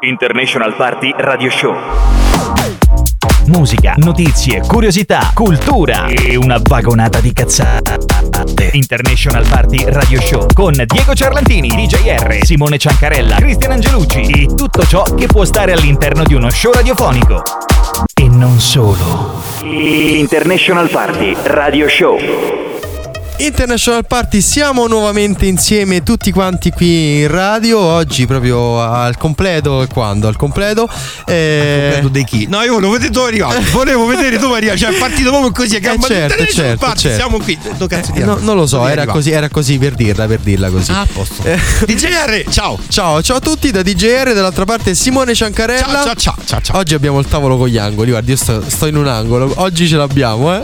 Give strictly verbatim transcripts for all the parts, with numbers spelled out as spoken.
International Party Radio Show. Musica, notizie, curiosità, cultura e una vagonata di cazzate. International Party Radio Show con Diego Ciarlantini, D J R, Simone Ciancarella, Cristian Angelucci e tutto ciò che può stare all'interno di uno show radiofonico. E non solo. International Party Radio Show. International Party, siamo nuovamente insieme tutti quanti qui in radio. Oggi proprio al completo. E quando? Al completo eh... Al completo di chi? No, io volevo vedere tu arrivato. Volevo vedere tu Maria. Cioè è partito proprio così a gamba eh certo, certo, Party, certo. Siamo qui. eh, no, Non lo so, era così, era così per dirla, per dirla così. Ah, a posto. eh. D J R, ciao. Ciao, ciao a tutti da D J R, dall'altra parte Simone Ciancarella. Ciao, ciao, ciao, ciao, ciao. Oggi abbiamo il tavolo con gli angoli. Guardi, io sto, sto in un angolo. Oggi ce l'abbiamo, eh.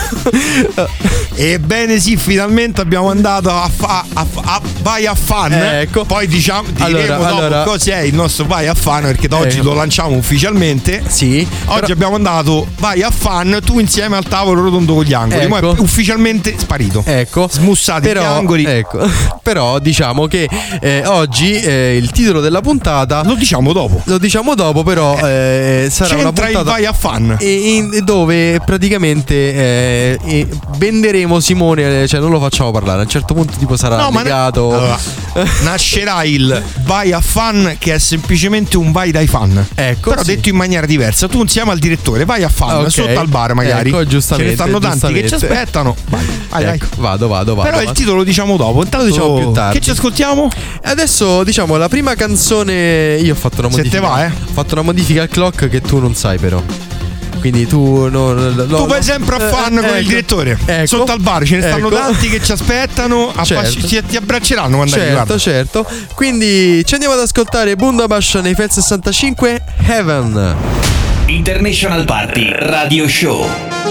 Ebbene sì, finalmente abbiamo andato a, fa, a, a vai a fan. Eh, ecco. Poi diciamo diremo allora, dopo allora, cos'è il nostro vai a fan, perché da oggi eh, lo lanciamo ufficialmente. Sì. Oggi però... abbiamo andato vai a fan, tu insieme al tavolo rotondo con gli angoli. Ecco. Ma è ufficialmente sparito. Ecco. Smussati però, gli angoli. Ecco. Però diciamo che eh, oggi eh, il titolo della puntata lo diciamo dopo. Lo diciamo dopo, però eh, sarà C'entra una puntata il vai a fan in, in, dove praticamente eh, venderemo Simone, cioè non lo facciamo parlare. A un certo punto tipo sarà no, legato ma allora, nascerà il vai a fan, che è semplicemente un vai dai fan. Ecco, però sì. detto in maniera diversa. Tu insieme al direttore vai a fan, okay, sotto al bar magari. Ecco, giustamente. Ce ne stanno tanti che ci aspettano. Vai, vai, ecco, vai. Vado, vado, vado. Però vado. il titolo lo diciamo dopo. Intanto lo diciamo più tardi. Che ci ascoltiamo? Adesso diciamo la prima canzone. Io ho fatto una modifica. Se te va, eh. Ho fatto una modifica al clock che tu non sai però. Quindi tu non, lo, Tu vai sempre a fan eh, con ecco, il direttore, ecco, sotto al bar ce ne stanno ecco. tanti che ci aspettano, certo. Ci, ti abbracceranno quando certo, arrivano. Certo, quindi ci andiamo ad ascoltare Bundabash nei F E L sessantacinque Heaven. International Party Radio Show.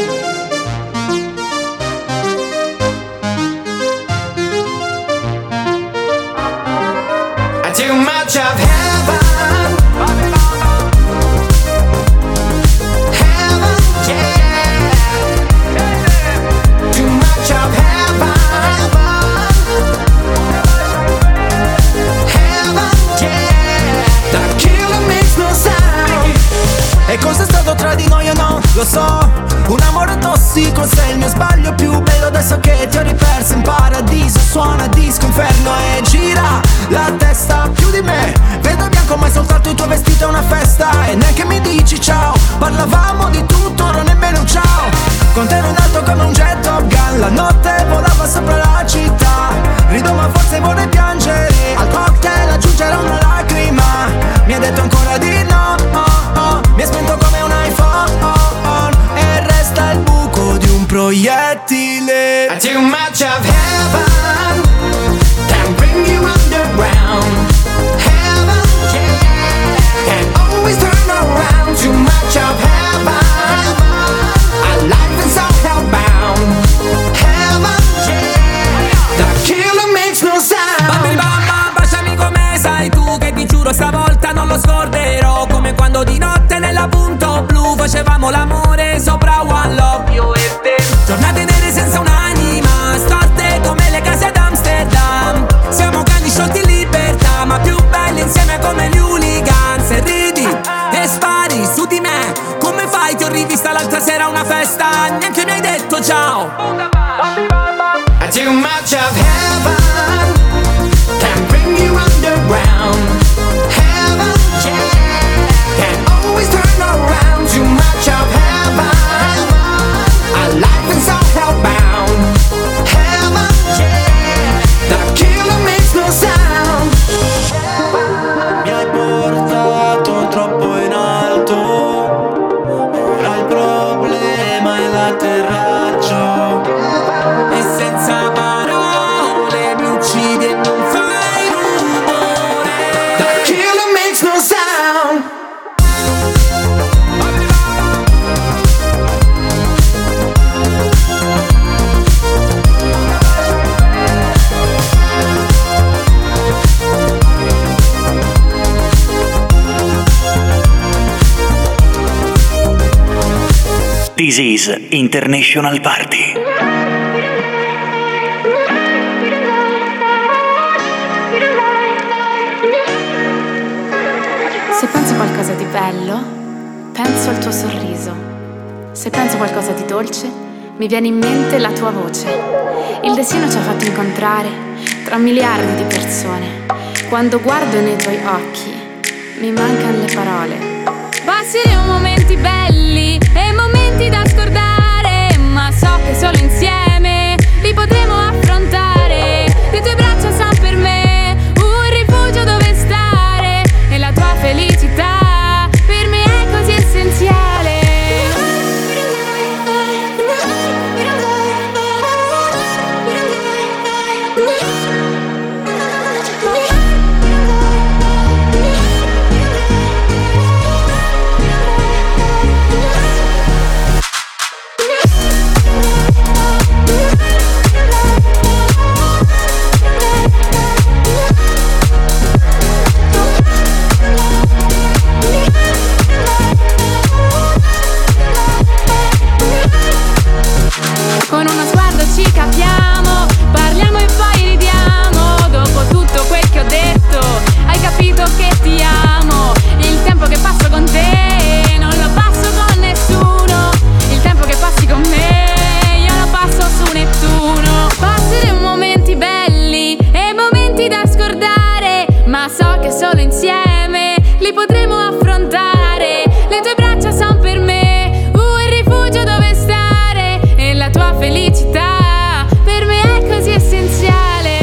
I too much of heaven. E cos'è stato tra di noi o no? Lo so, un amore tossico, sei il mio sbaglio più bello. Adesso che ti ho riperso in paradiso, suona disco inferno e gira la testa più di me. Vedo bianco ma è soltanto il tuo vestito è una festa. E neanche mi dici ciao, parlavamo di tutto, ora nemmeno un ciao. Con te ero in alto come un jet Top Gun, la notte volava sopra la città. Rido ma forse vorrei piangere, al cocktail aggiungerò una lacrima. Mi ha detto ancora di no, oh, oh. Mi è spento come un iPhone e resta il buco di un proiettile. I too much of heaven can bring you underground. Heaven, yeah, can always turn around. Too much of heaven, our life is all hellbound. Heaven, yeah, the killer makes no sound. Bambi bamba, baciami come sai tu, che ti giuro stavolta non lo scorderò. Come quando di notte nella punto blu facevamo l'amore sopra One Love, io e te. Giornate nere senza un'anima, storte come le case ad Amsterdam. Siamo cani sciolti in libertà, ma più belli insieme come gli hooligans. E ridi e spari su di me. Come fai? Ti ho rivista l'altra sera a una festa, neanche mi hai detto ciao. I too much of heaven can bring you underground. Heaven, yeah, can always turn around. Too much of heaven, our life is all hellbound. Heaven, yeah, the killer makes no sound. Mi hai portato troppo in alto, ora il problema è l'atterraggio. E senza parole mi uccidi e non fai rumore. The killer makes no sound. This is International Party. Se penso qualcosa di bello, penso al tuo sorriso. Se penso qualcosa di dolce, mi viene in mente la tua voce. Il destino ci ha fatto incontrare tra miliardi di persone. Quando guardo nei tuoi occhi, mi mancano le parole. Passeremo momenti belli e momenti da scordare, ma so che solo insieme li potremo affrontare. Le tue braccia sono per me un rifugio dove stare, e la tua felicità per me è così essenziale. Con uno sguardo ci capiamo, parliamo e poi ridiamo. Dopo tutto quel che ho detto, hai capito che ti amo. Il tempo che passo con te non lo passo con nessuno. Il tempo che passi con me io lo passo su Nettuno. Passeremo momenti belli e momenti da scordare, ma so che solo insieme li potremo affrontare. Le tue braccia sono per me un rifugio dove stare, e la tua felicità per me è così essenziale.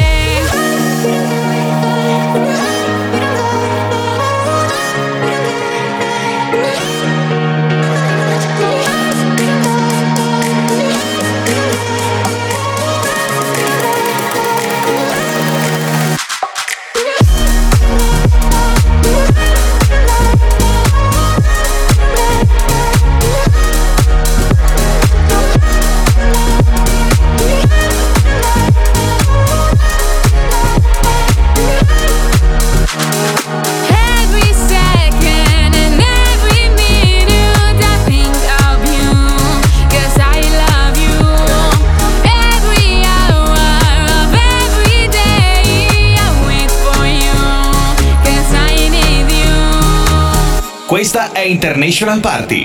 Every second and every minute I think of you, 'cause I love you. Every hour of every day I wait for you, 'cause I need you. Questa è International Party.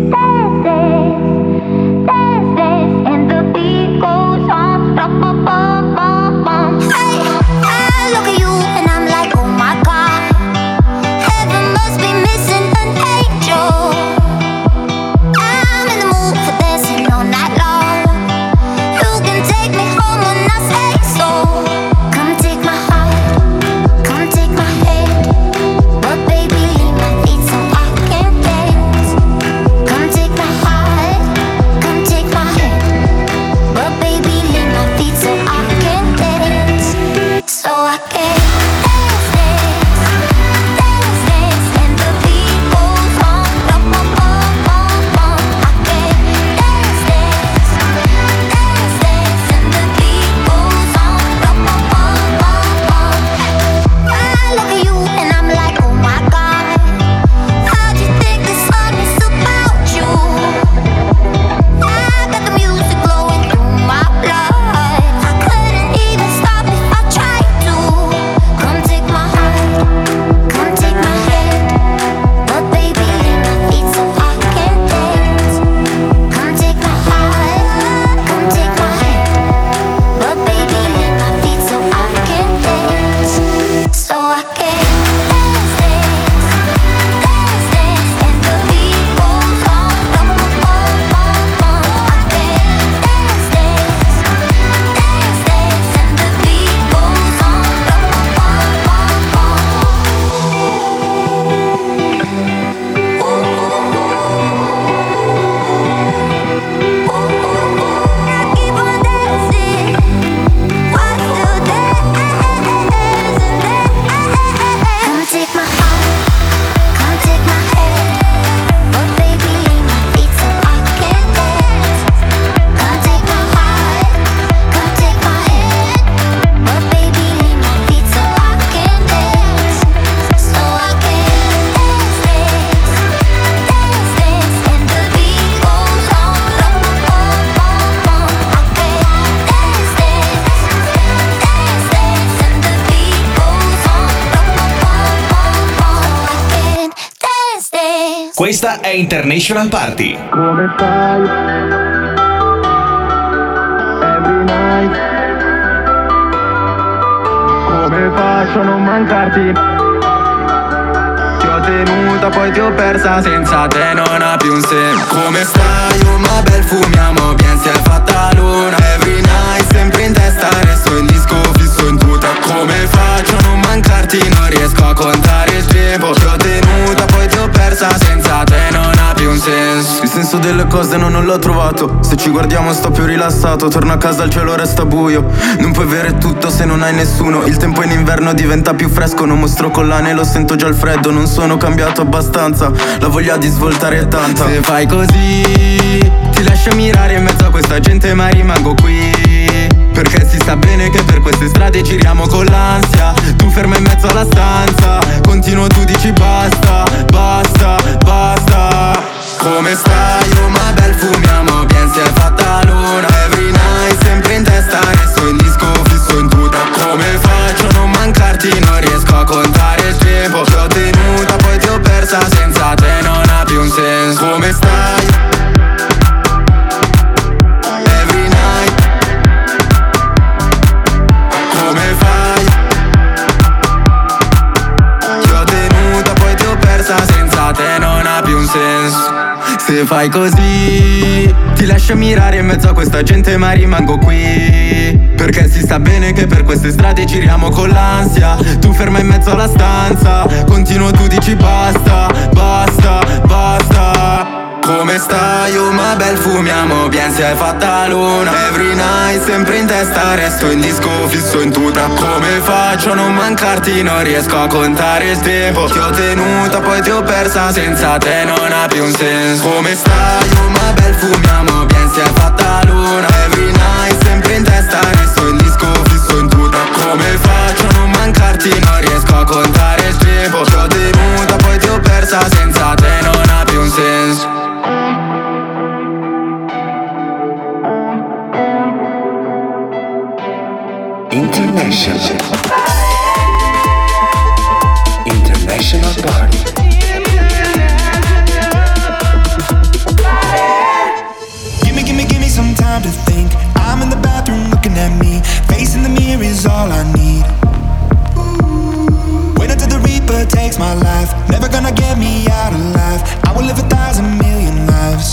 I look at you and I'm like, oh my God, heaven must be missing an angel. I'm in the mood for dancing all night long. You can take me home when I say so. Come take my heart, come take my hand, but baby leave my feet so I can dance. Come take my heart, come take my hand, but baby leave my feet so I can dance. Questa è International Party. Come stai? Every night. Come faccio a non mancarti? Ti ho tenuta, poi ti ho persa. Senza te non ha più un senso. Come stai? Oh ma bel, fumiamo bien, si è fatta luna. Every night, sempre in testa, resto in disco, fisso in tuta. Come faccio a non mancarti? Non riesco a contare il tempo. Ti ho tenuta, poi ti ho persa. Senza te non ha più un senso. Il senso delle cose no, non l'ho trovato. Se ci guardiamo sto più rilassato. Torno a casa, il cielo resta buio. Non puoi avere tutto se non hai nessuno. Il tempo in inverno diventa più fresco. Non mostro collane, lo sento già il freddo. Non sono cambiato abbastanza. La voglia di svoltare è tanta. Se fai così ti lascio mirare in mezzo a questa gente, ma rimango qui perché si sa bene che per queste strade giriamo con l'ansia. Tu ferma in mezzo alla stanza. Continuo, tu dici basta, basta, basta. Come stai? Oh ma bel, fumiamo bien, si è fatta luna. Every night, sempre in testa, resto in disco, fisso in tuta. Come faccio a non mancarti? Non riesco a contare il tempo. Ti ho tenuta, poi ti ho persa. Senza te non ha più un senso. Come stai? Every night. Come fai? Ti ho tenuta, poi ti ho persa. Senza te non ha più un senso. Se fai così ti lascio mirare in mezzo a questa gente, ma rimango qui perché si sa bene che per queste strade giriamo con l'ansia. Tu ferma in mezzo alla stanza. Continuo, tu dici basta, basta, basta. Come stai? Oh ma bel, fumiamo bien, si è fatta luna. Every night, sempre in testa, resto in disco, fisso in tuta. Come faccio a non mancarti? Non riesco a contare il tempo. Ti ho tenuta, poi ti ho persa. Senza te non ha più un senso. Come stai? Oh ma bel, fumiamo bien, si è fatta luna. Every night, sempre in testa, resto in disco, fisso in tuta. Come faccio a non mancarti? Non riesco a contare il tempo. Ti ho tenuta, poi ti ho persa. Senza te non ha più un senso. International International Party. Gimme, gimme, gimme some time to think. I'm in the bathroom looking at me. Facing the mirror is all I need. Wait until the Reaper takes my life. Never gonna get me out alive. I will live a thousand million lives.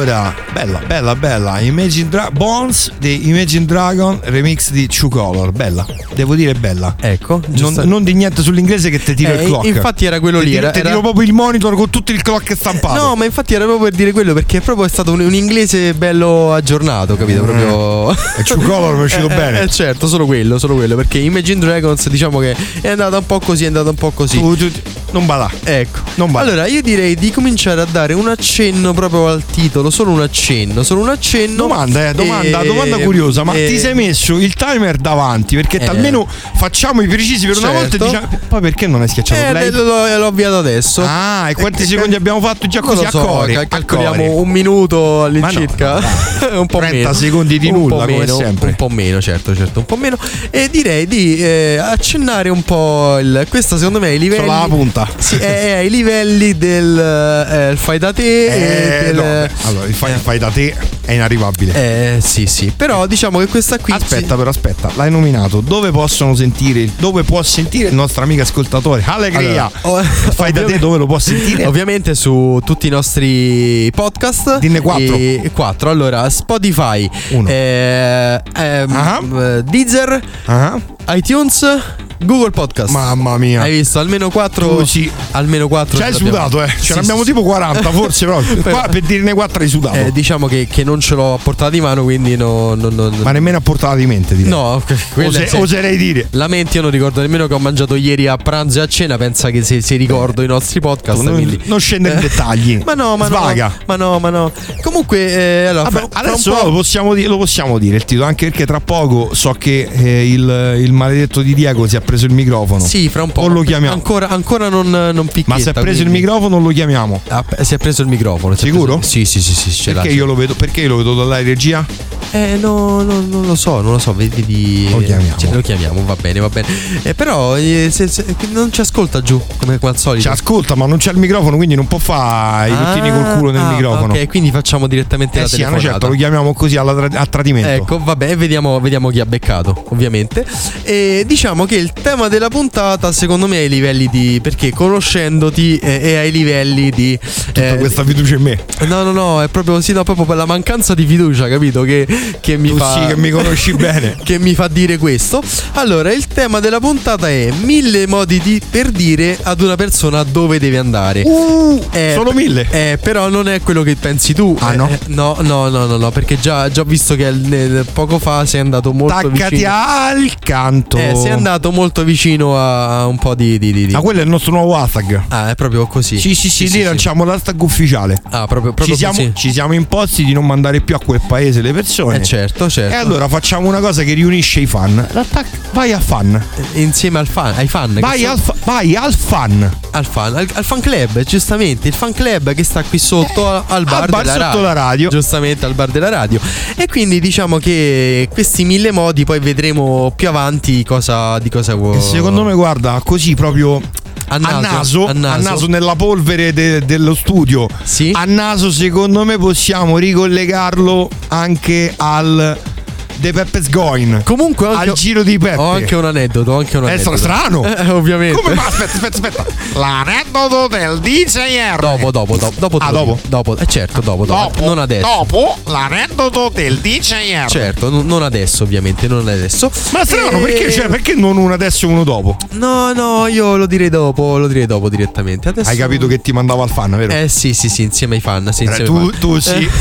Allora, bella, bella, bella. Imagine Dra- Bones di Imagine Dragon remix di True Color. Bella, devo dire bella. Ecco, non, non di niente sull'inglese che ti tiro eh, il clock. Infatti era quello lì. Ti Era, tiro era... proprio il monitor con tutto il clock stampato. No, ma infatti era proprio per dire quello, perché proprio è stato un, un inglese bello aggiornato, capito? Proprio. E True Color mi è uscito eh, bene. Eh, certo, solo quello, solo quello. Perché Imagine Dragons, diciamo che è andata un po' così, è andata un po' così. Tu, tu, non va là. Ecco. Non va là. Allora, io direi di cominciare a dare un accenno proprio al titolo, solo un accenno, solo un accenno. Domanda, eh, domanda, e... domanda curiosa, ma e... ti sei messo il timer davanti? Perché eh. almeno facciamo i precisi per certo. una volta e diciamo. Poi perché non hai schiacciato eh, play? L'ho, l'ho avviato adesso. Ah, e quanti eh, secondi eh, abbiamo fatto già non così lo so, a core? calcoliamo a core. un minuto all'incirca. No, no, un po' trenta meno. secondi di un nulla, po' come meno, sempre. Un po' meno, certo, certo, un po' meno. E direi di eh, accennare un po' il, questa secondo me è i livelli. Solo la punta. Sì, è ai livelli del eh, fai da te. Eh, del, no, allora, il fai, fai da te è inarrivabile. Eh sì, sì. Però diciamo che questa qui. Aspetta, però aspetta, l'hai nominato. Dove possono sentire? Dove può sentire il nostro amico ascoltatore? Allegria! Allora, fai da te dove lo può sentire? Ovviamente su tutti i nostri podcast. Dinne quattro. E quattro. Allora, Spotify, Uno. Eh, ehm, uh-huh. Deezer, uh-huh. iTunes, Google Podcast. Mamma mia. Hai visto? Almeno quattro. Sì. Almeno quattro. Ci hai sudato, eh. Ce sì, ne abbiamo sì, tipo quaranta, forse proprio. Qua per dirne quattro hai sudato. Eh, diciamo che, che non ce l'ho a portata di mano, quindi no, no, no, Ma nemmeno a portata di mente, direi. No, Ose, se, oserei dire. Lamenti, io non ricordo nemmeno che ho mangiato ieri a pranzo e a cena. Pensa che se, se ricordo i nostri podcast. Non, quindi... non scendere in dettagli. Ma no, ma Svaga. no. Ma no, ma no. Comunque, eh, allora, Vabbè, fra, fra adesso un po'... lo, possiamo dire, lo possiamo dire il titolo, anche perché tra poco so che eh, il, il maledetto di Diego si è preso il microfono. Sì, fra un po'. O lo chiamiamo. Ancora, ancora non, non picchietta. Ma si è preso quindi... il microfono o lo chiamiamo? Ah, si è preso il microfono. Sicuro? Preso... Sì, sì, sì, sì, ce perché l'ha. io lo vedo, perché io lo vedo dalla regia? Eh no, no, non lo so, non lo so, vedi. Lo chiamiamo. Cioè, lo chiamiamo, va bene, va bene. Eh, però eh, se, se, non ci ascolta giù, come al solito. Ci ascolta, ma non c'è il microfono, quindi non può fare i puntini col culo nel ah, microfono. Ok, quindi facciamo direttamente eh la sì, telefonata. certo, lo chiamiamo così alla tra- a tradimento. Ecco, vabbè, vediamo, vediamo chi ha beccato, ovviamente. E diciamo che il tema della puntata, secondo me, è ai livelli di. Perché conoscendoti eh, è ai livelli di. Tutta eh, questa fiducia in me. No, no, no, è proprio sì, no, proprio per la mancanza di fiducia, capito? Che, che mi tu fa. Sì, che mi conosci bene. Che mi fa dire questo. Allora, il tema della puntata è mille modi di, per dire ad una persona dove deve andare. Uh, eh, solo mille. Eh, però non è quello che pensi tu. Ah, eh, no? no, no, no, no, no, perché già, già ho visto che nel, poco fa sei andato molto Taccati vicino. al canto. Eh, sei andato molto vicino a un po' di. di, di, di. Ma quello è il nostro nuovo hashtag. Ah, è proprio così. Sì, sì, sì, sì lì lanciamo sì. l'hashtag ufficiale. Ah, proprio, proprio ci, siamo, così. ci siamo imposti di non mandare più a quel paese le persone. Eh, certo, certo. E allora facciamo una cosa che riunisce i fan. Vai a fan. Insieme al fan, ai fan. Vai, al, fa- vai al fan. Al fan, al, al fan club, giustamente. Il fan club che sta qui sotto eh, al bar, al bar della sotto radio. la radio. Giustamente al bar della radio. E quindi diciamo che questi mille modi poi vedremo più avanti cosa, di cosa vuoi. E secondo me, guarda, così proprio. A naso, a naso, a naso. A naso nella polvere de- dello studio. Sì. A naso, secondo me, possiamo ricollegarlo anche al The Peppers Going. Comunque anche, al giro di Peppe. Ho anche un aneddoto, ho anche un aneddoto. È strano. Eh, ovviamente. Come? Ma aspetta, aspetta, aspetta. L'aneddoto del D J R. Dopo, dopo, dopo, dopo. Ah, dopo? Dopo, eh, certo, dopo, dopo, dopo. Non adesso. Dopo l'aneddoto del D J R. Certo, n- non adesso, ovviamente, non adesso. Ma strano, e... perché, cioè, perché non uno adesso e uno dopo? No, no, io lo direi dopo, lo direi dopo direttamente. Adesso... Hai capito che ti mandavo al fan, vero? Eh sì, sì, sì, insieme ai fan. Sì, insieme tu, ai fan. tu sì.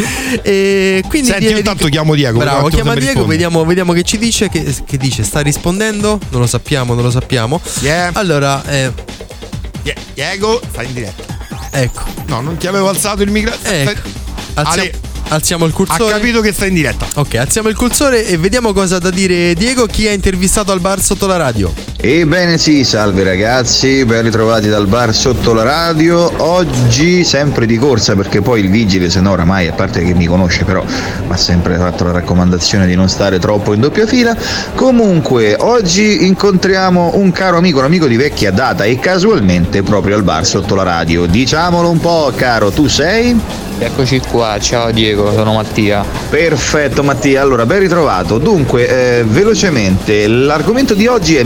E quindi senti, io intanto chiamo Diego. Bravo, chiama Diego, vediamo, vediamo che ci dice. Che, che dice? Sta rispondendo? Non lo sappiamo, non lo sappiamo. Yeah. Allora, eh... yeah. Diego, stai in diretta. Ecco. No, non ti avevo alzato il microfono. Ecco. Alziamo, alziamo il cursore. Ha capito che sta in diretta. Ok, alziamo il cursore e vediamo cosa ha da dire Diego, chi ha intervistato al bar sotto la radio. Ebbene sì, salve ragazzi, ben ritrovati dal bar sotto la radio. Oggi sempre di corsa, perché poi il vigile, se no oramai, a parte che mi conosce, però mi ha sempre fatto la raccomandazione di non stare troppo in doppia fila. Comunque oggi incontriamo un caro amico, un amico di vecchia data, e casualmente proprio al bar sotto la radio. Diciamolo un po', caro, tu sei? Eccoci qua, ciao Diego, sono Mattia. Perfetto Mattia, allora ben ritrovato. Dunque, eh, velocemente, l'argomento di oggi è mille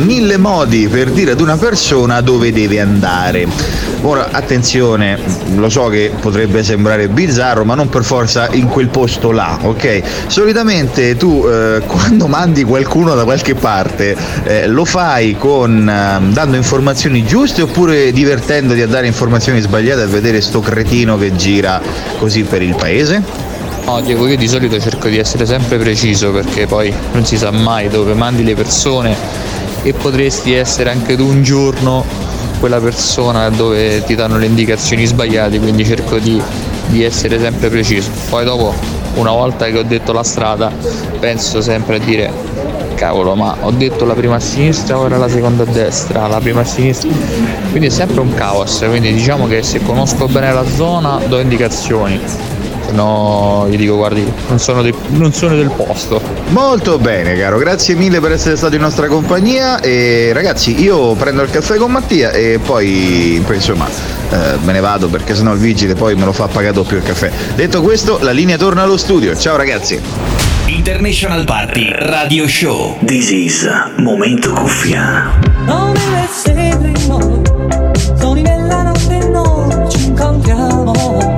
modi per dire ad una persona dove deve andare. Ora, attenzione, lo so che potrebbe sembrare bizzarro, ma non per forza in quel posto là, ok? Solitamente tu eh, quando mandi qualcuno da qualche parte eh, lo fai con eh, dando informazioni giuste oppure divertendoti a dare informazioni sbagliate a vedere sto cretino che gira così per il paese? No, Diego, io di solito cerco di essere sempre preciso, perché poi non si sa mai dove mandi le persone e potresti essere anche tu un giorno quella persona dove ti danno le indicazioni sbagliate, quindi cerco di, di essere sempre preciso. Poi dopo, una volta che ho detto la strada, penso sempre a dire cavolo, ma ho detto la prima a sinistra, ora la seconda a destra, la prima a sinistra, quindi è sempre un caos. Quindi diciamo che se conosco bene la zona do indicazioni, no, gli dico guardi, non sono, de- non sono del posto. Molto bene caro, grazie mille per essere stato in nostra compagnia e ragazzi io prendo il caffè con Mattia e poi, poi insomma eh, me ne vado perché sennò il vigile poi me lo fa pagare doppio il caffè. Detto questo, la linea torna allo studio, ciao ragazzi. International Party Radio Show. This is Momento Cuffia. Come le seguiremo, soli nella notte noi ci incontriamo.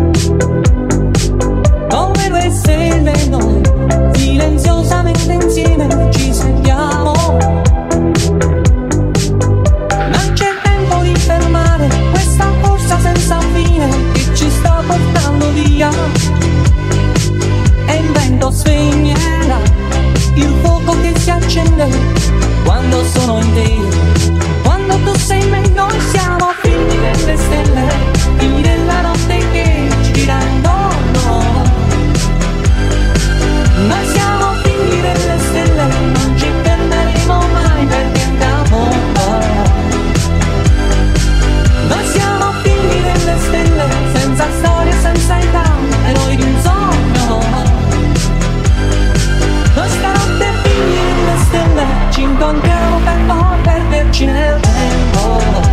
Come due stelle noi, silenziosamente insieme ci sentiamo. Non c'è tempo di fermare questa corsa senza fine che ci sta portando via. E il vento spegnerà il fuoco che si accende quando sono in te. Quando tu sei in me noi siamo figli delle stelle, figli della notte che gira intorno. Noi siamo figli delle stelle, non ci fermeremo mai perché andiamo là. Noi siamo figli delle stelle, senza storia, senza età, e noi di un sogno. Noi stanotte figli delle stelle, ci incontriamo per non perderci nel tempo.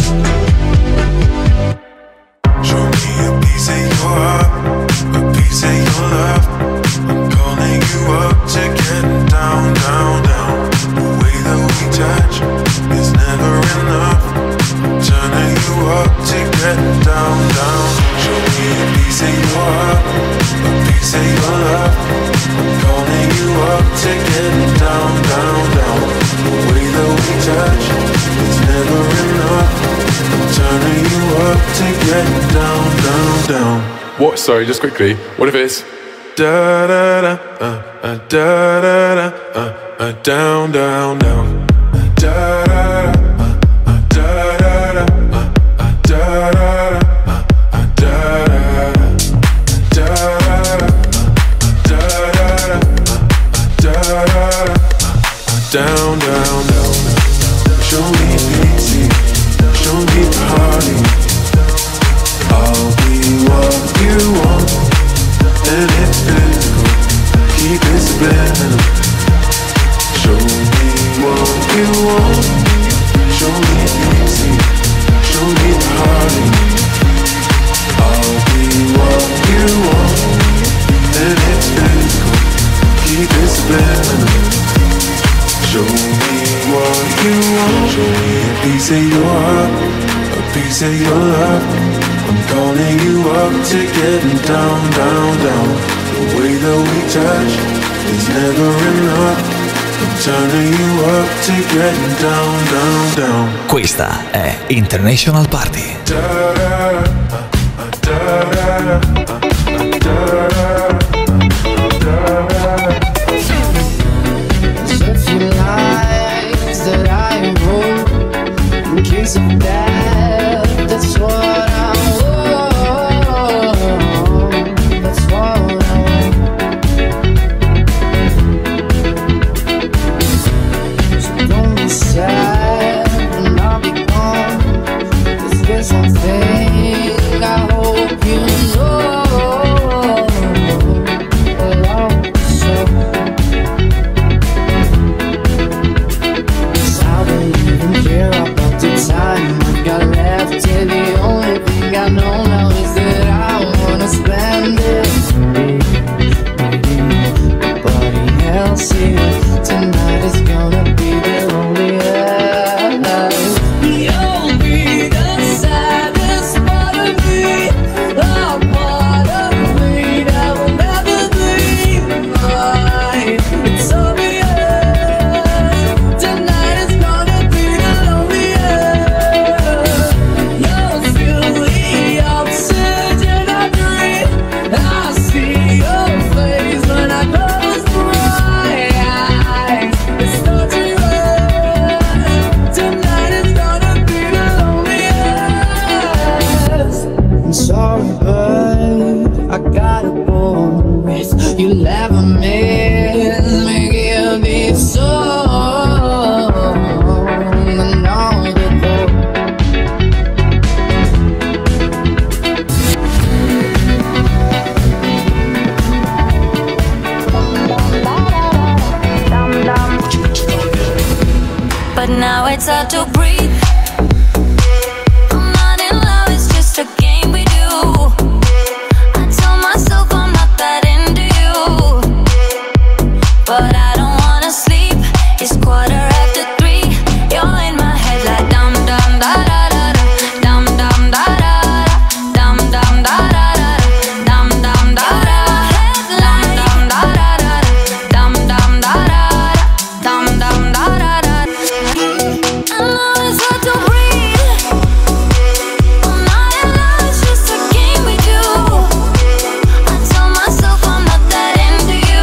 Show me a piece of your heart, a piece of your love. I'm calling you up to get down, down, down. The way that we touch is never enough. I'm turning you up to get down, down. Show me a piece of your heart, a piece of your love. I'm calling you up to get down, down, down. The way that we touch is never enough. I'm turning you up to get down, down, down. What? Sorry, just quickly. What if it's da da da uh, uh, da da da uh, uh, down, down, down. Da da da uh, uh, da da da uh, uh, da da da uh, uh, da da da da da da da da down, down, down. Show me pity, show me party. I'll be what you want, and it's physical. Keep it subliminal. Show me what you want. Show me pity, show me party. I'll be what you want, and it's physical. Keep it subliminal. Show me what you want. Show me a piece of your heart, a piece of your love. I'm calling you up to getting down, down, down. The way that we touch is never enough. I'm turning you up to getting down, down, down. Questa è International Party. Da-da-da, uh, da-da-da, uh, da-da-da. That I wrote in case of death, that's what I want, that's what I want. So don't be sad when I'll be gone, 'cause there's one thing I hope you know. you'll ever miss. Me give this song and all the But now it's hard to breathe. I'm not in love, it's just a game we do. I tell myself I'm not that into you, but I don't wanna sleep. It's quarter after three. You're in my head like dum dum da da da da, dum dum da da da, dum dum da da da, dum dum da da da, dum dum da da da, dum dum da da da, dum dum da da da. I know it's hard to breathe. I'm not in love, it's just a game we do. I tell myself I'm not that into you,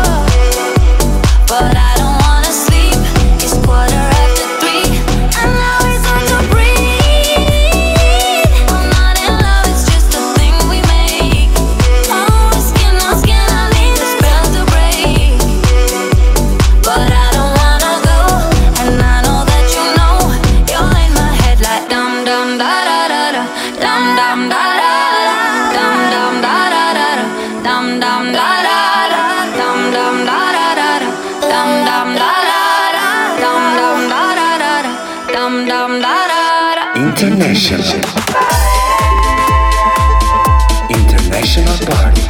but I don't wanna sleep. It's quarter after three. I know it's hard to breathe. I'm not in love, it's just a thing we make. Oh, skin on skin, I need the spell to break, but I don't wanna go, and I know that you know. You're in my head like dum dum da da da da, dum dum da da da, dum dum da da da da, dum dum da da da, dum dum da da da da, dum dum da da da, dum dum da da da da, dum dum da da da. International. International Party.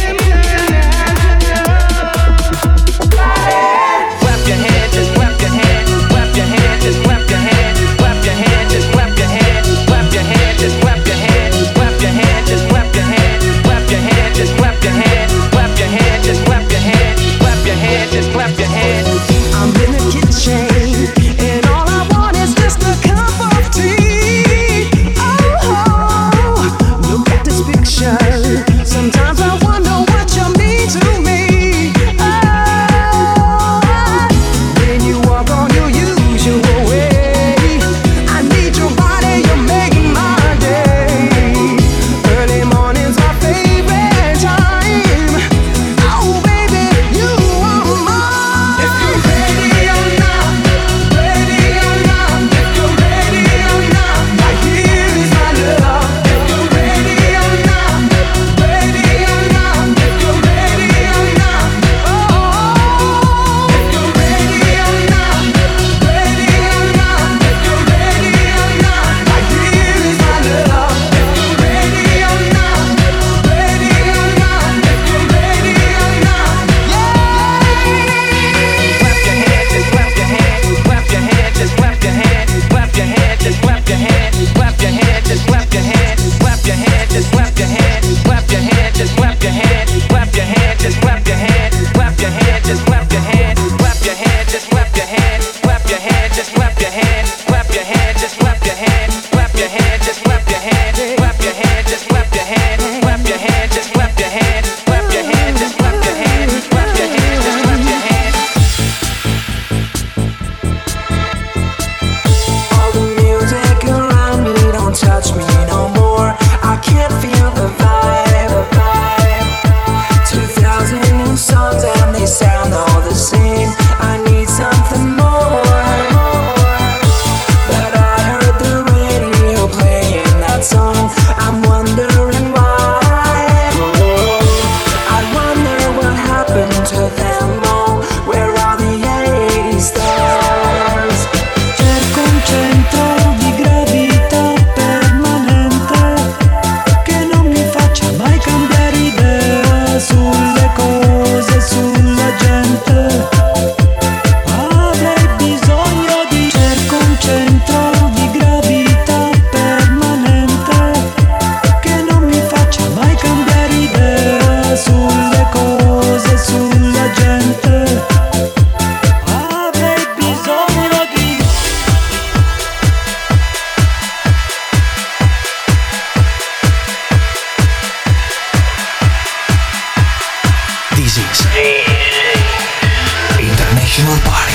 Clap your hands, just clap your hands, clap your hands, just clap your hands, clap your hands, just clap your hands, clap your hands, just clap your hands, clap your hands, just clap your hands, clap your hands, just clap your hands, clap your hands, just clap your hands, clap your hands, just clap your hands. I'm in the kitchen, and all I want is just a cup of tea. Oh, look at this picture. Sometimes I wonder what you mean to me. Oh, when you walk on your usual way, I need your body, you're making my day. Early morning's my favorite time. Oh, baby, you are mine. If you're ready or not, ready or not, if you're ready or not, right here is my love. If you're ready or not, ready or not, if you're ready or not, oh, if you're ready or not, ready or not, if you're ready or not, right here is my love. If you're ready or not, ready or not, if you're ready or not, Clap your hands, just clap your hands, clap your hands, just clap your hands, clap your hands, just clap your hands, clap your hands, just clap your hands, clap your hands, just clap your hands, clap your hands, just clap your hands, clap your hands, just clap your hands, clap your hands, just clap your hands, clap your hands, just clap your hands, clap your hands, just clap your hands, clap your hands, just clap your hands, clap your hands, just clap your hands, clap your hands, just clap your hands, clap your hands, just clap your hands, clap your hands, just clap your hands, clap your hands, just clap your hands. all the music around me don't touch me no more. I can't feel the vibe, the vibe. Two thousand new songs and they sound all the same. I need something more, but I heard the radio playing that song. I'm wondering why. I wonder what happened to them all. Where are the eighties stars? Cerco un centro di gravità permanente che non mi faccia mai cambiare idea sulle cose, sulla gente. Avrei bisogno di cerco un centro di gravità permanente che non mi faccia mai cambiare idea sulle cose, sulla gente. Avrei bisogno di This is International Party.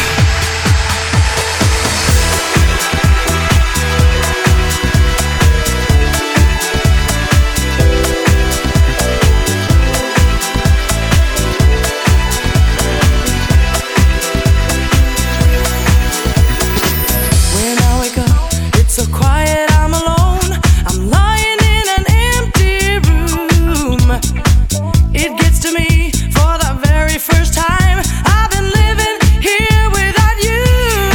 very first time I've been living here without you.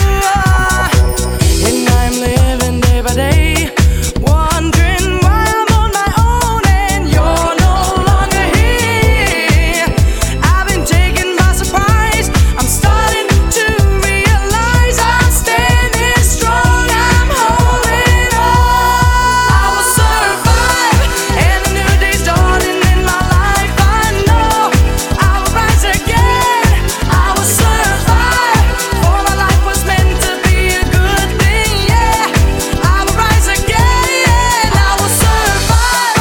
And I'm living day by day, wondering why I'm on my own and you're no longer here. I've been taken by surprise, I'm starting to realize I'm standing strong, I'm holding on. I will survive, and a new day's dawning in my life. I know I will rise again. I will survive, for my life was meant to be a good thing. Yeah, I will rise again. I will survive.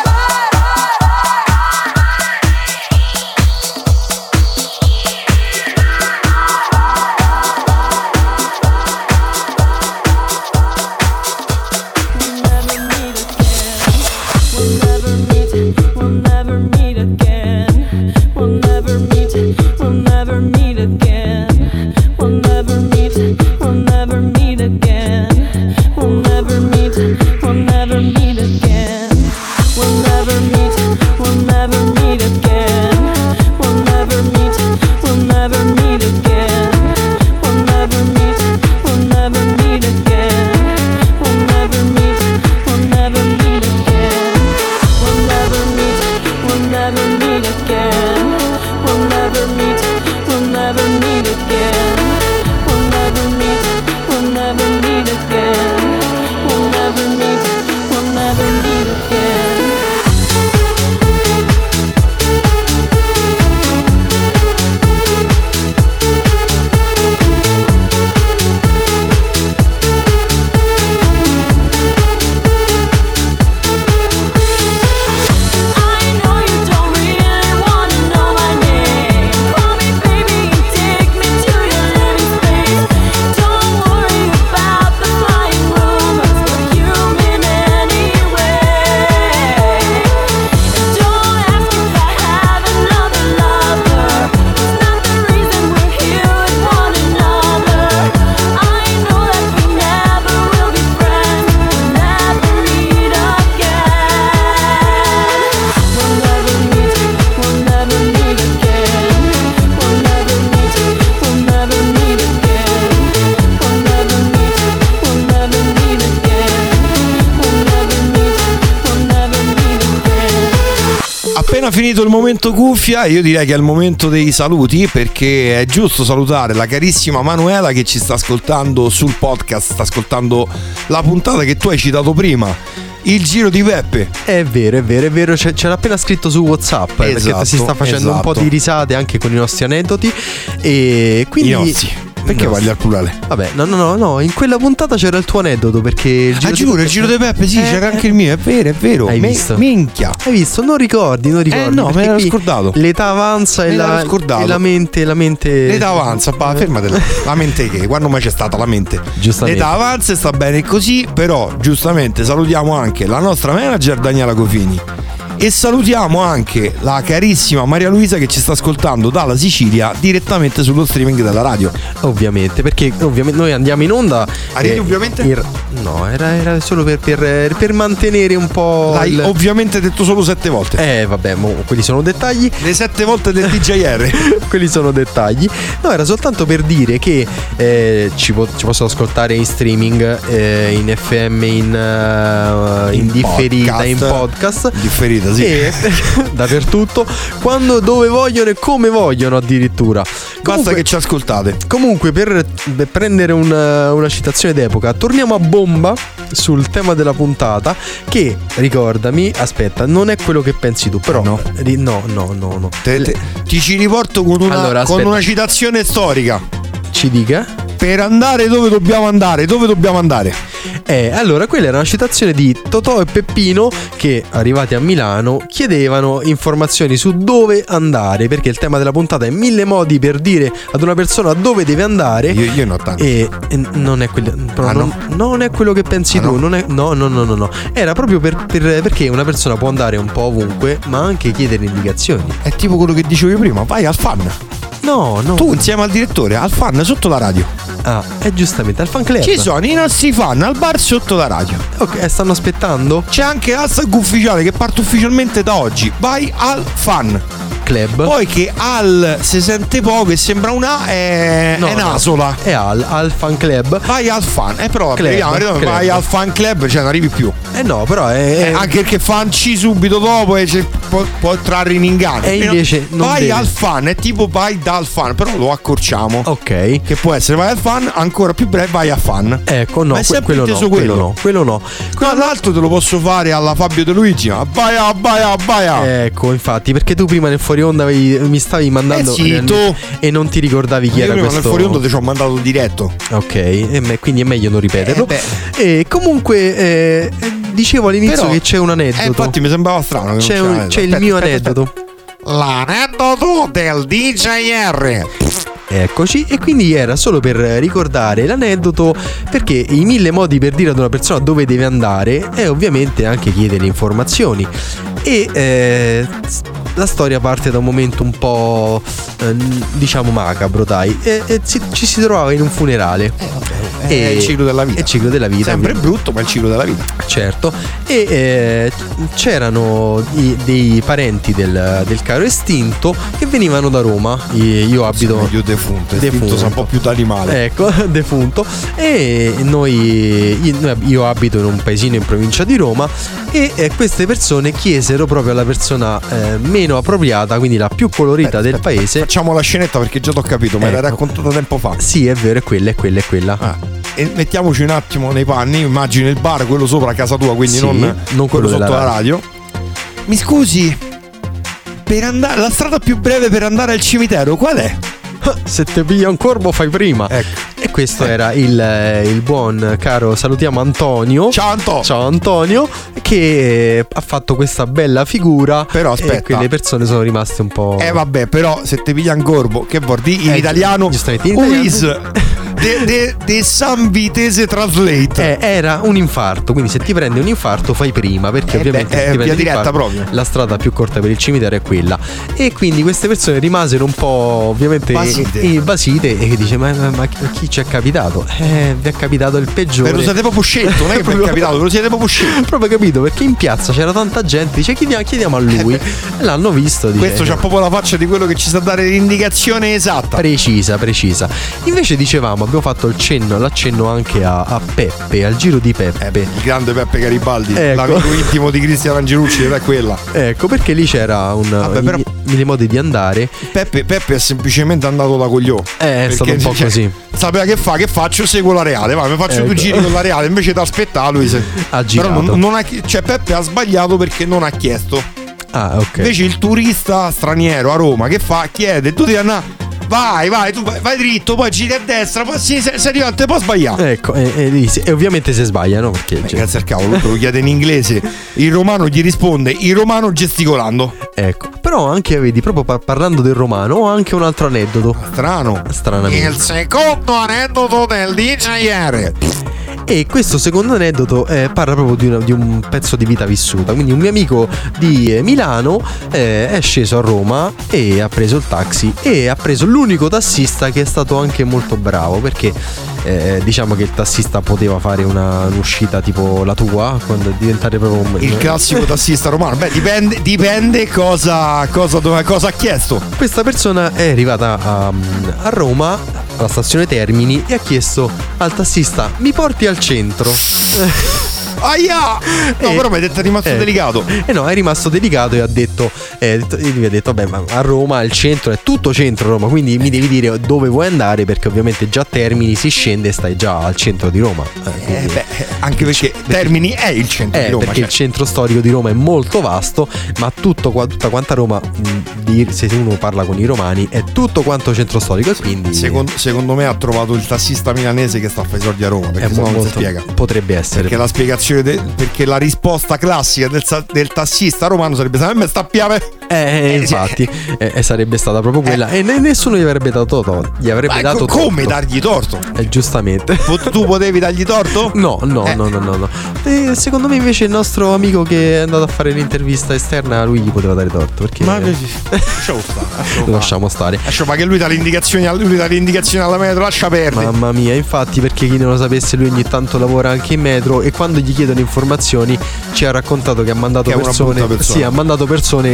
We'll never meet again. We'll never meet. We'll never meet again. We'll never meet. We'll never meet again. We'll never meet. We'll never meet again. We'll never meet. We'll never meet again. We'll never meet. We'll never meet again. We'll never meet. We'll never meet again. We'll never meet. We'll never meet again. We'll never meet. We'll never meet again. We'll never meet. We'll never meet again. We'll never meet. We'll never meet again. We'll never meet. We'll never meet again. I know you don't really wanna know my name. Call me baby, take me to your living space. Don't worry about the flying rumors, we're human anyway. And don't ask if I have another lover. It's not the reason we're here with one another. I know that we never will be friends, we'll never meet again. We'll never meet, we'll never meet again. We'll never meet, we'll never meet again. We'll never meet, we'll never meet again. We'll never meet, we'll never meet again. Appena finito il momento cuffia, io direi che è il momento dei saluti, perché è giusto salutare la carissima Manuela che ci sta ascoltando sul podcast, sta ascoltando la puntata che tu hai citato prima, il giro di Peppe. È vero, è vero, è vero, ce, ce l'ha appena scritto su WhatsApp, eh, Esatto, perché si sta facendo un po' esatto. di risate anche con i nostri aneddoti e quindi I nostri. Perché No. parli al plurale? Vabbè, no, no, no, no, in quella puntata c'era il tuo aneddoto perché il Ah, giuro, di il giro di Peppe, sì, Eh, c'era eh. anche il mio, è vero, è vero. Hai Me- visto? Minchia. Hai visto? Non ricordi, non ricordi. Eh no, me perché l'ero qui scordato. L'età avanza e Me l'ero la, scordato. e la mente, la mente L'età avanza, pa, fermatela. La mente che? Quando mai c'è stata la mente? Giustamente. L'età avanza e sta bene così, però giustamente salutiamo anche la nostra manager Daniela Cofini. E salutiamo anche la carissima Maria Luisa che ci sta ascoltando dalla Sicilia direttamente sullo streaming della radio. Ovviamente, perché ovviamente noi andiamo in onda. A rete, ovviamente? in- no, era, era solo per, per, per mantenere un po'. L'hai il- ovviamente detto solo sette volte. Eh, vabbè, mo, quelli sono dettagli. Le sette volte del D J R. Quelli sono dettagli. No, era soltanto per dire che eh, ci, po- ci posso ascoltare in streaming, eh, in F M, in, eh, in, In differita, podcast. in podcast. Differita, sì. E dappertutto, quando, dove vogliono e come vogliono addirittura. Basta Comunque- che ci ascoltate. Comunque, per, per prendere una, una citazione d'epoca, torniamo a bomba sul tema della puntata. Che, ricordami, aspetta, non è quello che pensi tu, però. No. ri- no, no, no, no. Te- te- ti ci riporto con una, Allora, con aspetta. una citazione storica. Ci dica? Per andare dove dobbiamo andare, dove dobbiamo andare? Eh, allora, quella era una citazione di Totò e Peppino che, arrivati a Milano, chiedevano informazioni su dove andare, perché il tema della puntata è mille modi per dire ad una persona dove deve andare. Io, io ne ho tanti. E, e non è quello, però Ah, non, non è quello che pensi Ah, tu. no? Non è, no, no, no, no, no. Era proprio per, per- perché una persona può andare un po' ovunque, ma anche chiedere indicazioni. È tipo quello che dicevo io prima, vai al fan. No, no. Tu insieme al direttore, al fan sotto la radio. Ah, è giustamente al fan club. Ci sono i nostri fan al bar sotto la radio. Ok, stanno aspettando. C'è anche l'hashtag ufficiale che parte ufficialmente da oggi. Vai al fan. Club. Poi che Al si sente poco e sembra una è, No, è no, nasola. È Al, Al Fan Club. Vai al fan, eh però Club, vediamo, vediamo, club. vai al fan club, cioè non arrivi più. Eh no, però è, Eh, anche perché fanci subito dopo e c'è- può, può trarre in inganno. E invece non vai deve. al fan, è tipo vai dal fan, però lo accorciamo. Ok. Che può essere vai al fan, ancora più breve vai a fan. Ecco, no, Ma è que- sempre quello no, inteso quello quello. no, quello no. No, l'altro te lo posso fare alla Fabio De Luigi, ma vai a vai a vai a. Ecco, infatti, perché tu prima nel fuori onda avevi- mi stavi mandando Eh sì, eh, tu. e non ti ricordavi chi Io era prima questo. nel fuori onda ti ci ho mandato diretto. Ok, e me- quindi è meglio non ripeterlo. Eh, e comunque eh, dicevo all'inizio Però- che c'è un aneddoto. Eh, infatti mi sembrava strano. che c'è, non un- c'era c'è il aspetta, mio aspetta, aneddoto. aspetta. L'aneddoto del D J R. Eccoci, e quindi era solo per ricordare l'aneddoto, perché i mille modi per dire ad una persona dove deve andare è ovviamente anche chiedere informazioni. E eh, la storia parte da un momento un po' eh, diciamo macabro, dai. E, e si- ci si trovava in un funerale. È il ciclo della vita. È il ciclo della vita. Sempre quindi- brutto, ma è il ciclo della vita. Certo, e eh, c'erano i- dei parenti del, del caro estinto che venivano da Roma. I- Io abito Meglio defunto, defunto sa un po' più d'animale. Ecco, defunto. E noi, io, io abito in un paesino in provincia di Roma. E eh, queste persone chiesero proprio alla persona eh, meno appropriata, quindi la più colorita del paese. Facciamo la scenetta perché già t'ho capito, me l'hai Ecco. raccontata tempo fa. Sì, è vero, è quella, è quella, è quella. Ah. E mettiamoci un attimo nei panni, immagini il bar, quello sopra a casa tua, quindi Sì, non, non quello quello sotto della la radio. Mi scusi, per andare la strada più breve per andare al cimitero qual è? Se te piglia un corvo fai prima. Ecco. E questo era il, il buon caro, salutiamo Antonio. Ciao Anto. Ciao Antonio, che eh, ha fatto questa bella figura. Però aspetta. E quelle persone sono rimaste un po'. Eh vabbè, però se te piglia un corvo, che vuol dire in Eh, italiano? giustamente, in Who italiano. is the, the, the San Vitese Translate? Eh, era un infarto, quindi se ti prende un infarto fai prima, perché Eh ovviamente beh, se è ti via prende diretta l'infarto, proprio. la strada più corta per il cimitero è quella. E quindi queste persone rimasero un po' ovviamente Basite. eh, basite e dice ma, ma, ma chi ci è capitato? Eh, vi è capitato il peggiore. Ve lo siete proprio scelto, non è che vi è capitato, ve lo siete proprio scelto. Proprio capito, perché in piazza c'era tanta gente, dice chiediamo, chiediamo a lui. E l'hanno visto, dice, Questo c'ha proprio la faccia di quello che ci sa dare l'indicazione esatta. precisa, precisa. Invece dicevamo, abbiamo fatto il cenno, l'accenno anche a, a Peppe, al giro di Peppe. Il grande Peppe Garibaldi, Ecco. l'amico intimo di Cristiano Angelucci, ed è quella. Ecco, perché lì c'era un Vabbè, però- i- mille modi di andare. Peppe, Peppe è semplicemente andato da cogliò. Eh, è stato un po' cioè, così. Sapeva che fa, che faccio? Seguo la Reale, va, mi faccio Ecco. due giri con la Reale, invece di aspettare lui se... Ha Però girato. non, non ha, chi- cioè Peppe ha sbagliato perché non ha chiesto. Ah, ok. Invece il turista straniero a Roma che fa? Chiede, tu devi andare. Vai, vai, tu vai, vai dritto, poi giri a destra, poi sì, sei sei arrivato, puoi sbagliare. Ecco, e, e lì si- e ovviamente si sbagliano perché Beh, cioè, grazie al cavolo, lui te lo chiede in inglese. Il romano gli risponde, il romano gesticolando. ecco. Però anche vedi, proprio par- parlando del romano, ho anche un altro aneddoto. Strano. Stranamente. Il secondo aneddoto del D J R. E questo secondo aneddoto eh, parla proprio di, una- di un pezzo di vita vissuta. Quindi un mio amico di eh, Milano eh, è sceso a Roma e ha preso il taxi e ha preso l'unico tassista che è stato anche molto bravo, perché eh, diciamo che il tassista poteva fare una, un'uscita tipo la tua, quando diventare proprio un, Il classico tassista romano. Beh, dipende, dipende cosa, cosa, dove- cosa ha chiesto. Questa persona è arrivata a, a Roma, alla stazione Termini, e ha chiesto al tassista: mi porti al centro? Aia! No, E- però mi hai detto è rimasto eh, delicato. Eh no, è rimasto delicato e ha detto, eh, detto- e lui ha detto, vabbè, ma a Roma il centro è tutto centro Roma, quindi mi devi dire dove vuoi andare, perché ovviamente già Termini si scende e stai già al centro di Roma. Eh, Eh, quindi- beh, anche perché Termini è il centro eh, di Roma. perché cioè. il centro storico di Roma è molto vasto, ma tutto qua, tutta quanta Roma, mh, di- se uno parla con i romani, è tutto quanto centro storico, e quindi Secondo, secondo me ha trovato il tassista milanese che sta a fare i soldi a Roma, perché è se no non si molto, spiega. potrebbe essere. Perché la spiegazione de- perché la risposta classica del, sa- del tassista romano sarebbe stata: "Me sta a piave". Eh, infatti, eh, eh, sarebbe stata proprio quella. E ne- nessuno gli avrebbe dato torto. Gli avrebbe Ma dato co- come torto. dargli torto? Eh, giustamente. Po- tu potevi dargli torto? No, no, Eh. no, no, no, no. E secondo me invece il nostro amico che è andato a fare l'intervista esterna, lui gli poteva dare torto. Perché Ma che- lasciamo stare, lasciamo lo lasciamo stare. Lascia, ma che lui dà le indicazioni, al- lui dà le indicazioni alla metro, lascia perdere. Mamma mia, infatti, perché chi non lo sapesse, lui ogni tanto lavora anche in metro, e quando gli chiedono informazioni ci ha raccontato che ha mandato Che è una persone, brutta persona. sì, ha mandato persone da tutte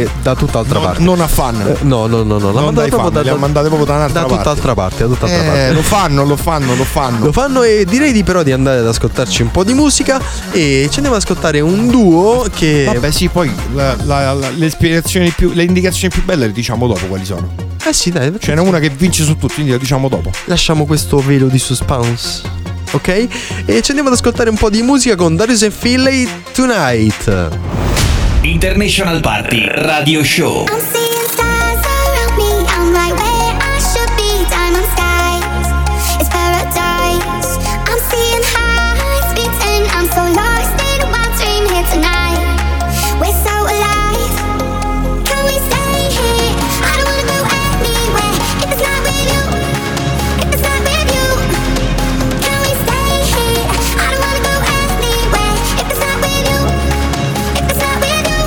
tutt'altra non, parte. Non a fan. Eh, no, no, no, no. Non dai fan, da, le ha mandate proprio da un'altra da parte. tutt'altra parte. Da tutt'altra Eh, parte. lo fanno, lo fanno, lo fanno. Lo fanno e direi di però di andare ad ascoltarci un po' di musica e ci andiamo ad ascoltare un duo che... Vabbè sì, poi la, la, la, le ispirazioni più, le indicazioni più belle le diciamo dopo quali sono. Eh sì, dai. Ce n'è una che vince su tutti, quindi lo diciamo dopo. Lasciamo questo velo di suspense, ok? E ci andiamo ad ascoltare un po' di musica con Darius and Finlay, Tonight. International Party Radio Show. I'm seeing stars around me. I'm right where I should be. Diamond skies, it's paradise. I'm seeing highs beating. I'm so lost in a wild dream here tonight. We're so alive. Can we stay here? I don't wanna go anywhere if it's not with you. If it's not with you. Can we stay here? I don't wanna go anywhere if it's not with you. If it's not with you.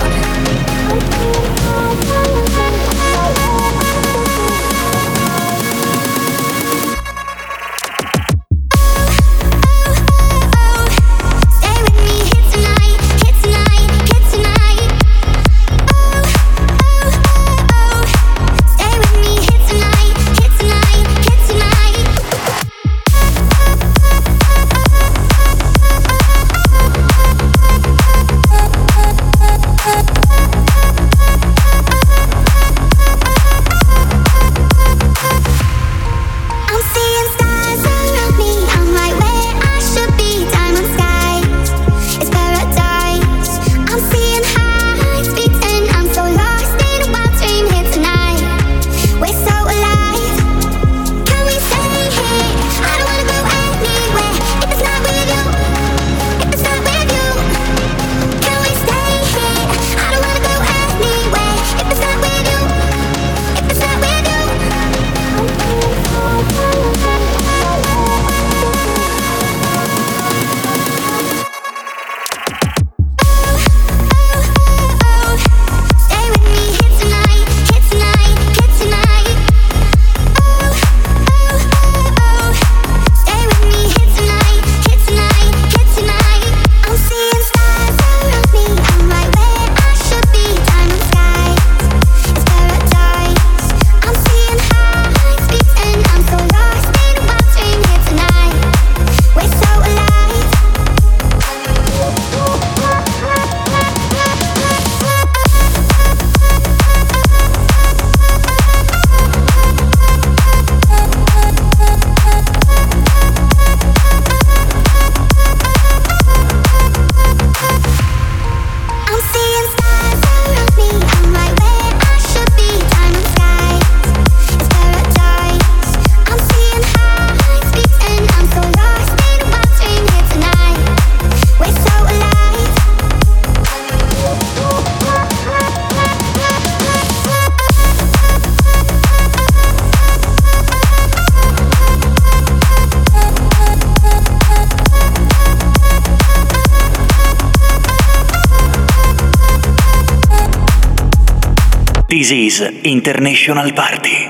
This is International Party.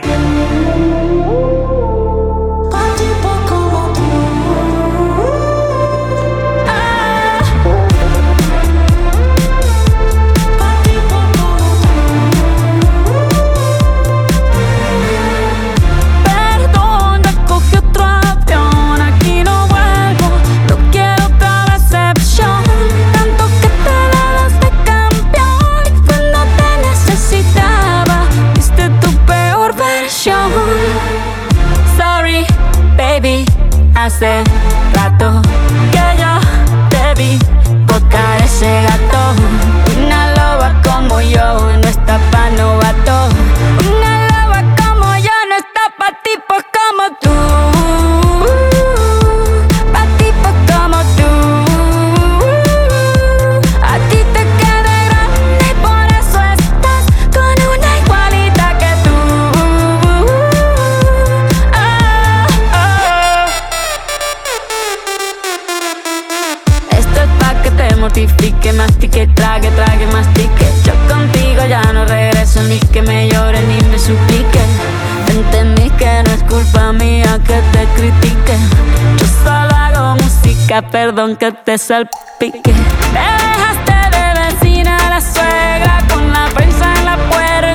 Perdón, ya cogí otro avión, aquí no vuelvo, no quiero otra decepción. Tanto que te dabas de campeón y cuando te necesitaba, viste tu peor versión. Sorry, baby, hace rato que yo te vi tocar ese gato. Una loba como yo no está pa' novato. Una loba como yo no está pa' tipos como tú. Pa' tipos como tú. A ti te queda grande y por eso estás con una igualita que tú. Ah, ah. Esto es pa' que te mortifique, mastique, trague, trague, mastique. Yo contigo ya no regreso, ni que me llore ni me suplique. Entendí que no es culpa mía que te critique. Yo solo hago música, perdón que te salpique. Te dejaste de vecina a la suegra con la prensa en la puerta.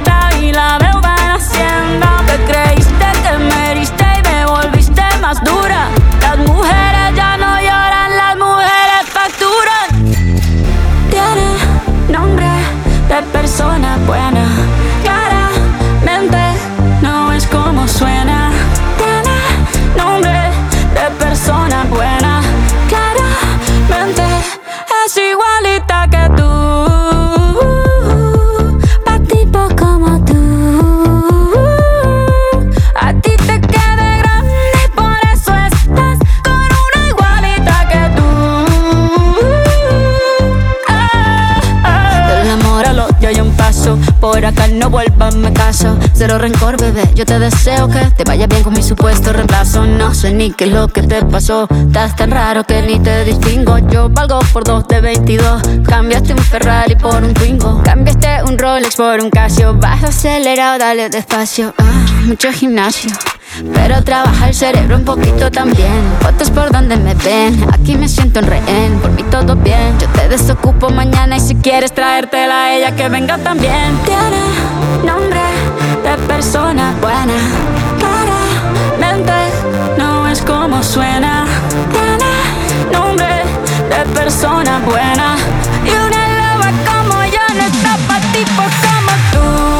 cero rencor, bebé. Yo te deseo que te vaya bien con mi supuesto reemplazo. No sé ni qué es lo que te pasó. Estás tan raro que ni te distingo. Yo valgo por dos de veintidós. Cambiaste un Ferrari por un Twingo. Cambiaste un Rolex por un Casio. Baja acelerado, dale despacio. Ah, mucho gimnasio, pero trabaja el cerebro un poquito también. Fotos por donde me ven, aquí me siento en rehén. Por mí todo bien, yo te desocupo mañana. Y si quieres traértela a ella, que venga también. Tiene nombre de persona buena, claramente no es como suena. Tiene nombre de persona buena, y una loba como yo no está pa' tipos como tú.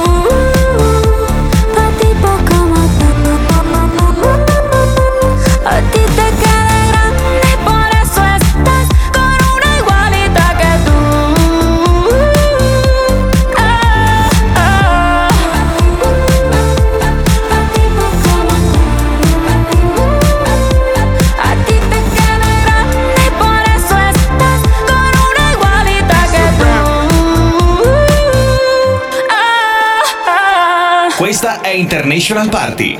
A ti te queda grande, por eso estás con una igualita que tú. Ah, ah. A ti te queda grande, por eso estás con una igualita que tú. Ah, ah. Questa è International Party.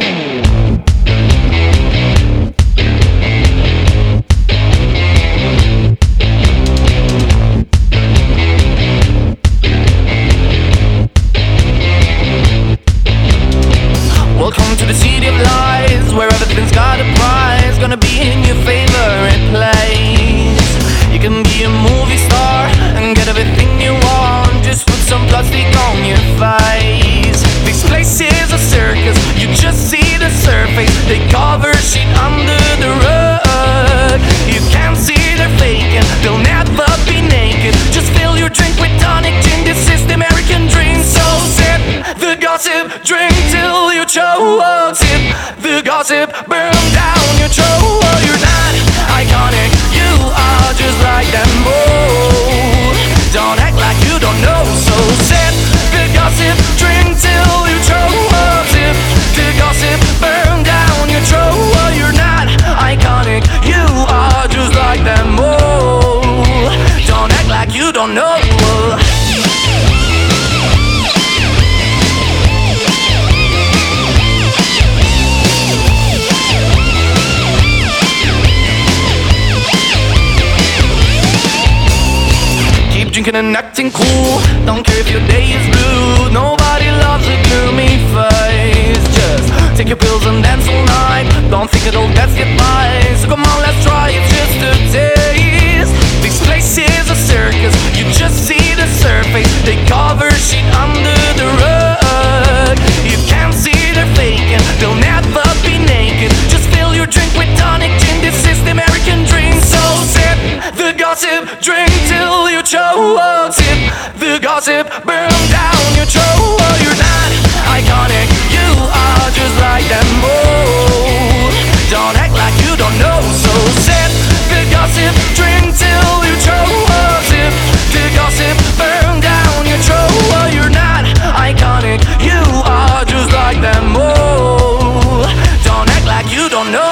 Welcome to the city of lies, where everything's got a prize. Gonna be in your favorite place. You can be a movie star and get everything you want. Just put some plastic on your face. This place is a circus, you just see the surface. They cover shit under the rug. You can't see they're faking, they'll never be naked. Just fill your drink with tonic gin, this is the American dream. So sip the gossip, drink till you choke. Sip the gossip, burn down your throat. You're not iconic, you are just like them both. Don't act like you don't know. So sip the gossip, drink till you choke. Sip the gossip, burn down your throat. You're not iconic, you are just like them both. Don't act like you don't know. Drinking and acting cool, don't care if your day is blue. Nobody loves a gloomy face. Just take your pills and dance all night. Don't think it'll get you by. So come on, let's try it just a taste. This place is a circus, you just see the surface. They cover shit under the rug. You can't see they're faking, they'll never be naked. Just fill your drink with tonic gin, this is the American dream. So sip the gossip, drink till you choke. Sip the gossip, burn down your throat. You're not iconic, you are just like them both. Don't act like you don't know. So sip the gossip, drink till you choke. Sip the gossip, burn down your throat. You're not iconic, you are just like them both. Don't act like you don't know.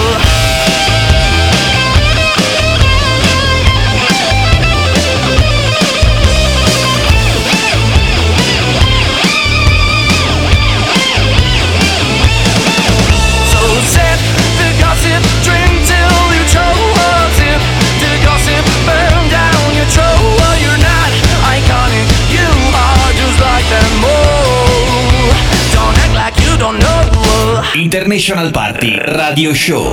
International Party Radio Show.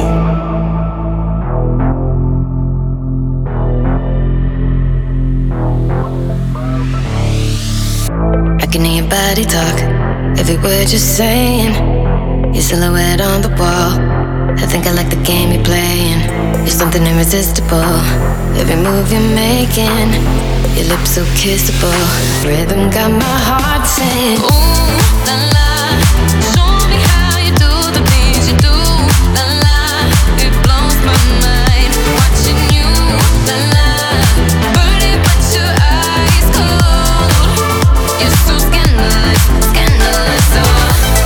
I can hear your body talk, every word you're saying. Your silhouette on the wall, I think I like the game you're playing. You're something irresistible, every move you're making. Your lips so kissable, rhythm got my heart saying ooh la la. Show me how you do the things you do, la la. It blows my mind, watching you, la la. Burning but your eyes cold, you're so scandalous, scandalous, oh.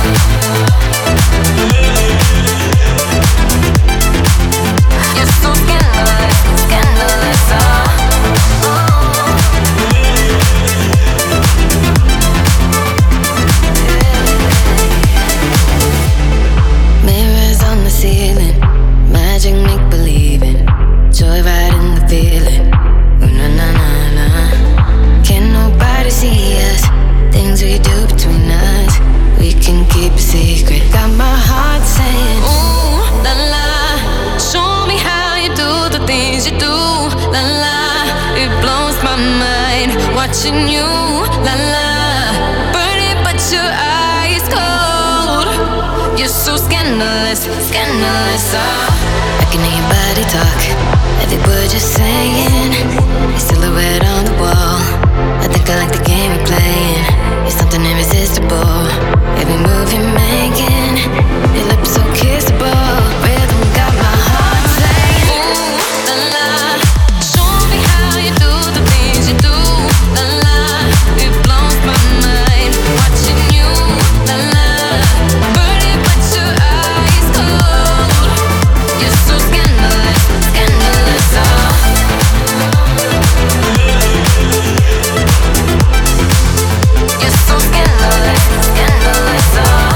You're so scandalous, scandalous, oh. Yeah. watching you, la la, burning but your eyes cold. You're so scandalous, scandalous. Oh, I can hear your body talk, every word you're saying. Your silhouette on the wall, I think I like the game you're playing. You're something irresistible, every move you're making. Your lips so kissable, rhythm got my heart saying, ooh, la la. Show me how you do the things you do, la la. It blows my mind, watching you, la la. Burning but your eyes cold. You're so scandalous, scandalous. Oh. You're so scandalous, scandalous. Oh.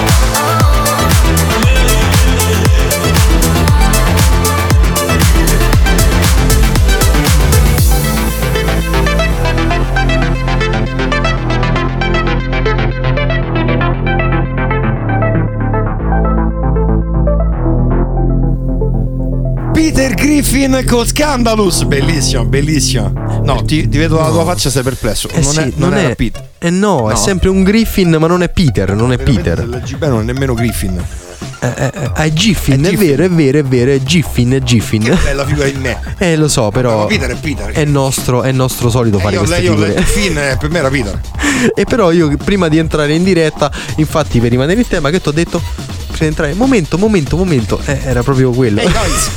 Peter Griffin con Scandalous, bellissima, bellissima. No, ti, ti vedo dalla tua faccia, sei perplesso. Eh non sì, è, non non era è- Peter. Eh no, No. è sempre un Griffin, ma non è Peter, non è Peter. Il G B non è nemmeno Griffin. Eh, eh, eh, è Giffin, È è, Giffin. vero, è vero, è vero, è Giffin, è Giffin. Che bella figura di me. Eh, lo so, però Ma Peter è Peter. è nostro, è nostro solito fare io, queste lei, io ho figure. letto Finn, eh, per me era Peter. E però io prima di entrare in diretta, infatti per rimanere in tema, che ti ho detto? Prima di entrare, momento, momento, momento. Eh, era proprio quello. Hey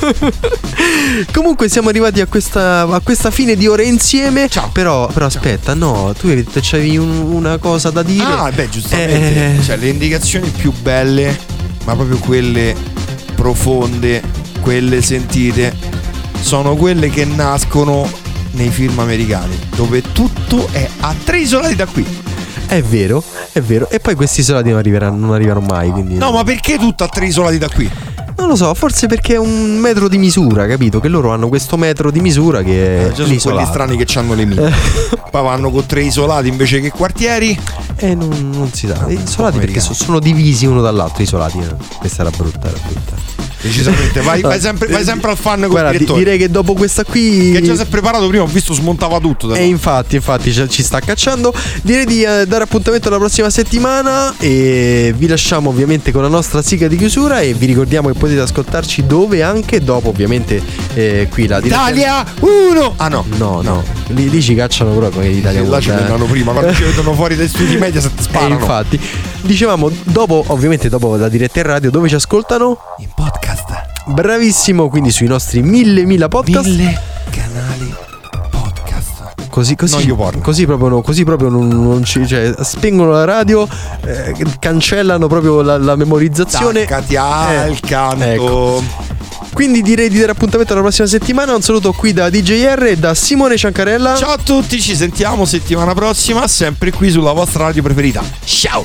guys. Comunque siamo arrivati a questa, a questa fine di ore insieme. Ciao. Però, però aspetta, no, tu hai detto c'avevi un- una cosa da dire. Ah, beh, giustamente. Eh. Cioè, le indicazioni più belle, ma proprio quelle profonde, quelle sentite, sono quelle che nascono nei film americani, dove tutto è a tre isolati da qui. È vero, è vero. E poi questi isolati non arriveranno, non arriveranno mai. Quindi No, ma perché tutto a tre isolati da qui? non lo so, forse perché è un metro di misura, capito? Che loro hanno questo metro di misura che è Eh, già sono l'isolato. quelli strani che hanno le mine. Poi vanno con tre isolati invece che quartieri. Eh, non, non si sa. Isolati perché americani. so- sono divisi uno dall'altro. Isolati. eh. Questa era brutta, era brutta. Decisamente, vai, vai sempre, vai sempre al fan con Guarda, il di- direttore. direi che dopo questa qui. Che già si è preparato prima, ho visto smontava tutto. E infatti, infatti ci ci sta cacciando. Direi di eh, dare appuntamento alla prossima settimana. E vi lasciamo ovviamente con la nostra sigla di chiusura. E vi ricordiamo che potete ascoltarci dove anche dopo, ovviamente, eh, qui la diretta. Italia uno! Ah no, No, no, lì, lì ci cacciano proprio che l'Italia là ci uno, eh. prendono prima, quando ci vedono fuori dai studi media se E sparano. infatti, dicevamo, dopo, ovviamente dopo la diretta in radio, dove ci ascoltano? In podcast. Bravissimo, quindi sui nostri mille mila podcast. Mille canali podcast. Così, così, No, io porno. così proprio, no, così proprio non, non ci, cioè, spengono la radio, eh, cancellano proprio la, la memorizzazione. Taccati al Eh, canto. ecco. Quindi direi di dare appuntamento alla prossima settimana. Un saluto qui da D J R e da Simone Ciancarella. Ciao a tutti, ci sentiamo settimana prossima, sempre qui sulla vostra radio preferita. Ciao!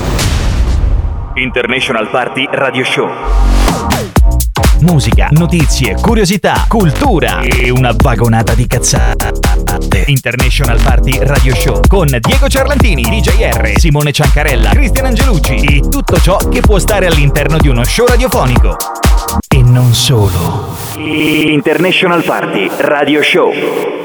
International Party Radio Show. Musica, notizie, curiosità, cultura e una vagonata di cazzate. International Party Radio Show con Diego Ciarlantini, D J R, Simone Ciancarella, Cristian Angelucci e tutto ciò che può stare all'interno di uno show radiofonico. E non solo. International Party Radio Show.